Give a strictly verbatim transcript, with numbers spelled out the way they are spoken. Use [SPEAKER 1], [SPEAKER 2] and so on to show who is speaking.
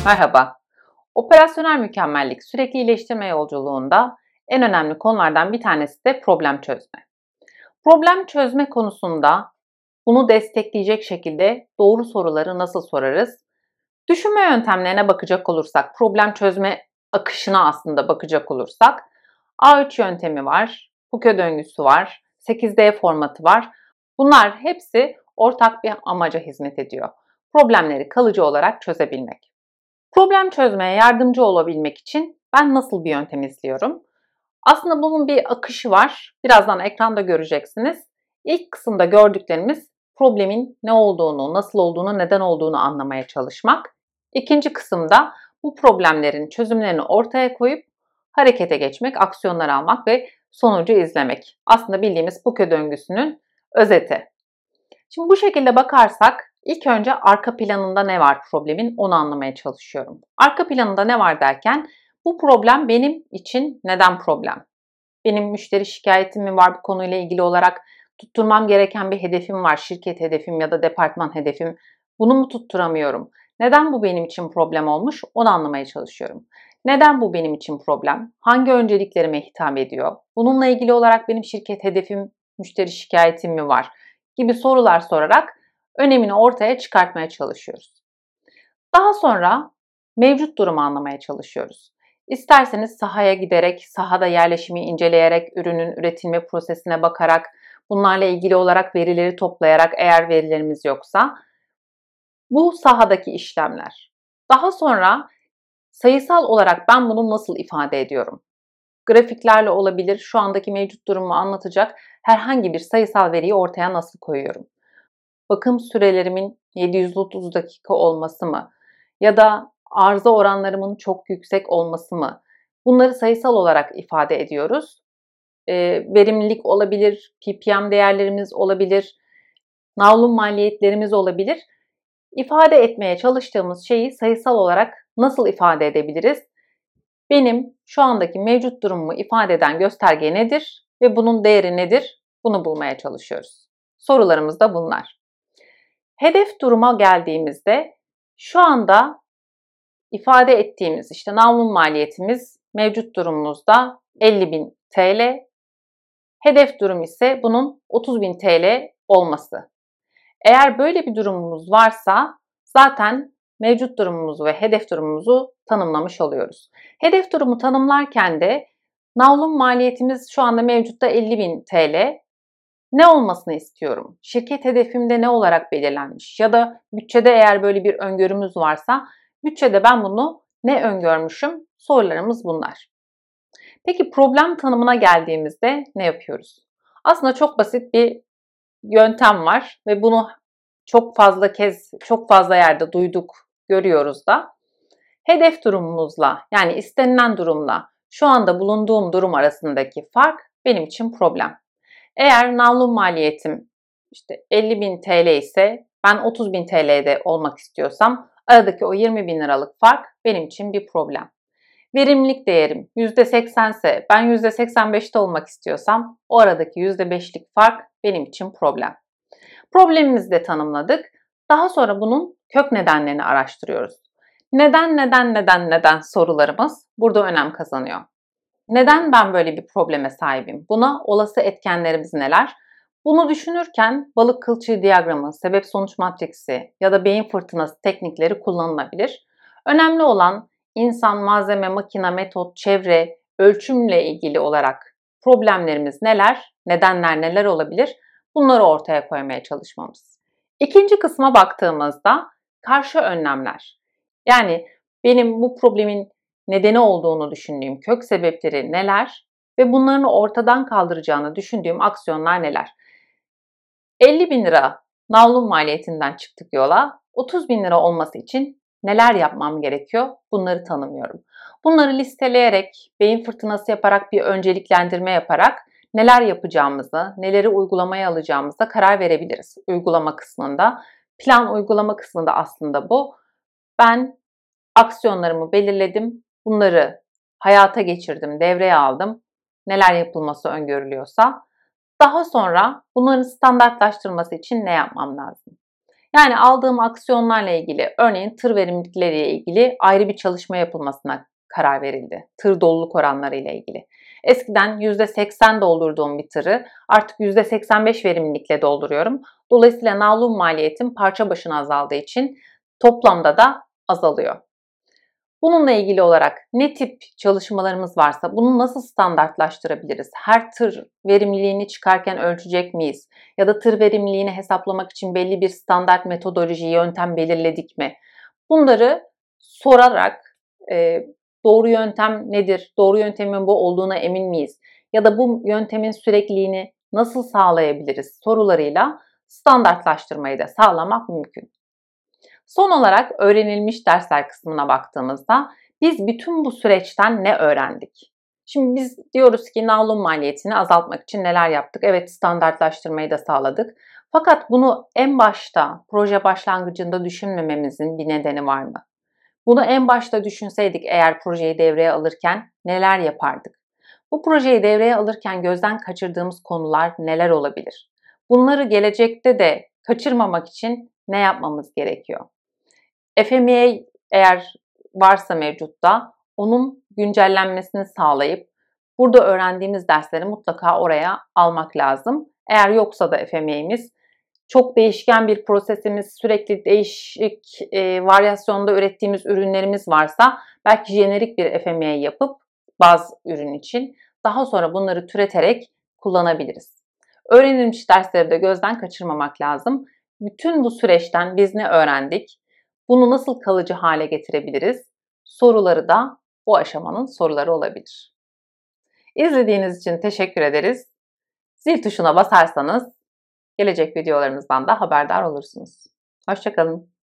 [SPEAKER 1] Merhaba. Operasyonel mükemmellik sürekli iyileştirme yolculuğunda en önemli konulardan bir tanesi de problem çözme. Problem çözme konusunda bunu destekleyecek şekilde doğru soruları nasıl sorarız? Düşünme yöntemlerine bakacak olursak, problem çözme akışına aslında bakacak olursak, A üç yöntemi var, Foucault döngüsü var, sekiz D formatı var. Bunlar hepsi ortak bir amaca hizmet ediyor. Problemleri kalıcı olarak çözebilmek. Problem çözmeye yardımcı olabilmek için ben nasıl bir yöntem izliyorum? Aslında bunun bir akışı var. Birazdan ekranda göreceksiniz. İlk kısımda gördüklerimiz problemin ne olduğunu, nasıl olduğunu, neden olduğunu anlamaya çalışmak. İkinci kısımda bu problemlerin çözümlerini ortaya koyup harekete geçmek, aksiyonlar almak ve sonucu izlemek. Aslında bildiğimiz Foucault döngüsünün özeti. Şimdi bu şekilde bakarsak ilk önce arka planında ne var problemin onu anlamaya çalışıyorum. Arka planında ne var derken bu problem benim için neden problem? Benim müşteri şikayetim mi var bu konuyla ilgili olarak? Tutturmam gereken bir hedefim var, şirket hedefim ya da departman hedefim. Bunu mu tutturamıyorum? Neden bu benim için problem olmuş? Onu anlamaya çalışıyorum. Neden bu benim için problem? Hangi önceliklerime hitap ediyor? Bununla ilgili olarak benim şirket hedefim, müşteri şikayetim mi var? Gibi sorular sorarak önemini ortaya çıkartmaya çalışıyoruz. Daha sonra mevcut durumu anlamaya çalışıyoruz. İsterseniz sahaya giderek, sahada yerleşimi inceleyerek, ürünün üretilme prosesine bakarak, bunlarla ilgili olarak verileri toplayarak eğer verilerimiz yoksa, bu sahadaki işlemler. Daha sonra sayısal olarak ben bunu nasıl ifade ediyorum? Grafiklerle olabilir, şu andaki mevcut durumu anlatacak herhangi bir sayısal veriyi ortaya nasıl koyuyorum? Bakım sürelerimin yedi yüz otuz dakika olması mı? Ya da arıza oranlarımın çok yüksek olması mı? Bunları sayısal olarak ifade ediyoruz. E, verimlilik olabilir, P P M değerlerimiz olabilir, navlun maliyetlerimiz olabilir. İfade etmeye çalıştığımız şeyi sayısal olarak nasıl ifade edebiliriz? Benim şu andaki mevcut durumumu ifade eden gösterge nedir ve bunun değeri nedir? Bunu bulmaya çalışıyoruz. Sorularımız da bunlar. Hedef duruma geldiğimizde şu anda ifade ettiğimiz işte navlun maliyetimiz mevcut durumumuzda elli bin T L. Hedef durum ise bunun otuz bin T L olması. Eğer böyle bir durumumuz varsa zaten mevcut durumumuzu ve hedef durumumuzu tanımlamış oluyoruz. Hedef durumu tanımlarken de navlun maliyetimiz şu anda mevcutta elli bin T L. Ne olmasını istiyorum? Şirket hedefimde ne olarak belirlenmiş? Ya da bütçede eğer böyle bir öngörümüz varsa bütçede ben bunu ne öngörmüşüm? Sorularımız bunlar. Peki problem tanımına geldiğimizde ne yapıyoruz? Aslında çok basit bir yöntem var ve bunu çok fazla kez, çok fazla yerde duyduk, görüyoruz da. Hedef durumumuzla yani istenilen durumla şu anda bulunduğum durum arasındaki fark benim için problem. Eğer navlun maliyetim işte elli bin T L ise ben otuz bin T L'de olmak istiyorsam aradaki o yirmi bin liralık fark benim için bir problem. Verimlilik değerim yüzde seksen ise ben yüzde seksen beşte olmak istiyorsam o aradaki yüzde beşlik fark benim için problem. Problemimizi de tanımladık. Daha sonra bunun kök nedenlerini araştırıyoruz. Neden, neden, neden, neden sorularımız burada önem kazanıyor. Neden ben böyle bir probleme sahibim? Buna olası etkenlerimiz neler? Bunu düşünürken balık kılçığı diyagramı, sebep sonuç matriksi ya da beyin fırtınası teknikleri kullanılabilir. Önemli olan insan, malzeme, makine, metot, çevre, ölçümle ilgili olarak problemlerimiz neler, nedenler neler olabilir? Bunları ortaya koymaya çalışmamız. İkinci kısma baktığımızda karşı önlemler. Yani benim bu problemin nedeni olduğunu düşündüğüm kök sebepleri neler ve bunların ortadan kaldıracağını düşündüğüm aksiyonlar neler? elli bin lira navlun maliyetinden çıktık yola. otuz bin lira olması için neler yapmam gerekiyor? Bunları tanımıyorum. Bunları listeleyerek, beyin fırtınası yaparak, bir önceliklendirme yaparak neler yapacağımızı, neleri uygulamaya alacağımıza karar verebiliriz uygulama kısmında. Plan uygulama kısmında aslında bu. Ben aksiyonlarımı belirledim. Bunları hayata geçirdim, devreye aldım. Neler yapılması öngörülüyorsa. Daha sonra bunların standartlaştırılması için ne yapmam lazım? Yani aldığım aksiyonlarla ilgili, örneğin tır verimlilikleriyle ilgili ayrı bir çalışma yapılmasına karar verildi. Tır doluluk oranları ile ilgili. Eskiden yüzde seksen doldurduğum bir tırı artık yüzde seksen beş verimlilikle dolduruyorum. Dolayısıyla navlun maliyetim parça başına azaldığı için toplamda da azalıyor. Bununla ilgili olarak ne tip çalışmalarımız varsa bunu nasıl standartlaştırabiliriz? Her tır verimliliğini çıkarken ölçecek miyiz? Ya da tır verimliliğini hesaplamak için belli bir standart metodoloji, yöntem belirledik mi? Bunları sorarak e, doğru yöntem nedir? Doğru yöntemin bu olduğuna emin miyiz? Ya da bu yöntemin sürekliliğini nasıl sağlayabiliriz? Sorularıyla standartlaştırmayı da sağlamak mümkün. Son olarak öğrenilmiş dersler kısmına baktığımızda biz bütün bu süreçten ne öğrendik? Şimdi biz diyoruz ki navlun maliyetini azaltmak için neler yaptık? Evet, standartlaştırmayı da sağladık. Fakat bunu en başta proje başlangıcında düşünmememizin bir nedeni var mı? Bunu en başta düşünseydik eğer projeyi devreye alırken neler yapardık? Bu projeyi devreye alırken gözden kaçırdığımız konular neler olabilir? Bunları gelecekte de kaçırmamak için ne yapmamız gerekiyor? F M E A eğer varsa mevcutta onun güncellenmesini sağlayıp burada öğrendiğimiz dersleri mutlaka oraya almak lazım. Eğer yoksa da F M E A'miz çok değişken bir prosesimiz, sürekli değişik e, varyasyonda ürettiğimiz ürünlerimiz varsa belki jenerik bir F M E A yapıp baz ürün için daha sonra bunları türeterek kullanabiliriz. Öğrenilmiş dersleri de gözden kaçırmamak lazım. Bütün bu süreçten biz ne öğrendik? Bunu nasıl kalıcı hale getirebiliriz? Soruları da bu aşamanın soruları olabilir. İzlediğiniz için teşekkür ederiz. Zil tuşuna basarsanız gelecek videolarımızdan da haberdar olursunuz. Hoşça kalın.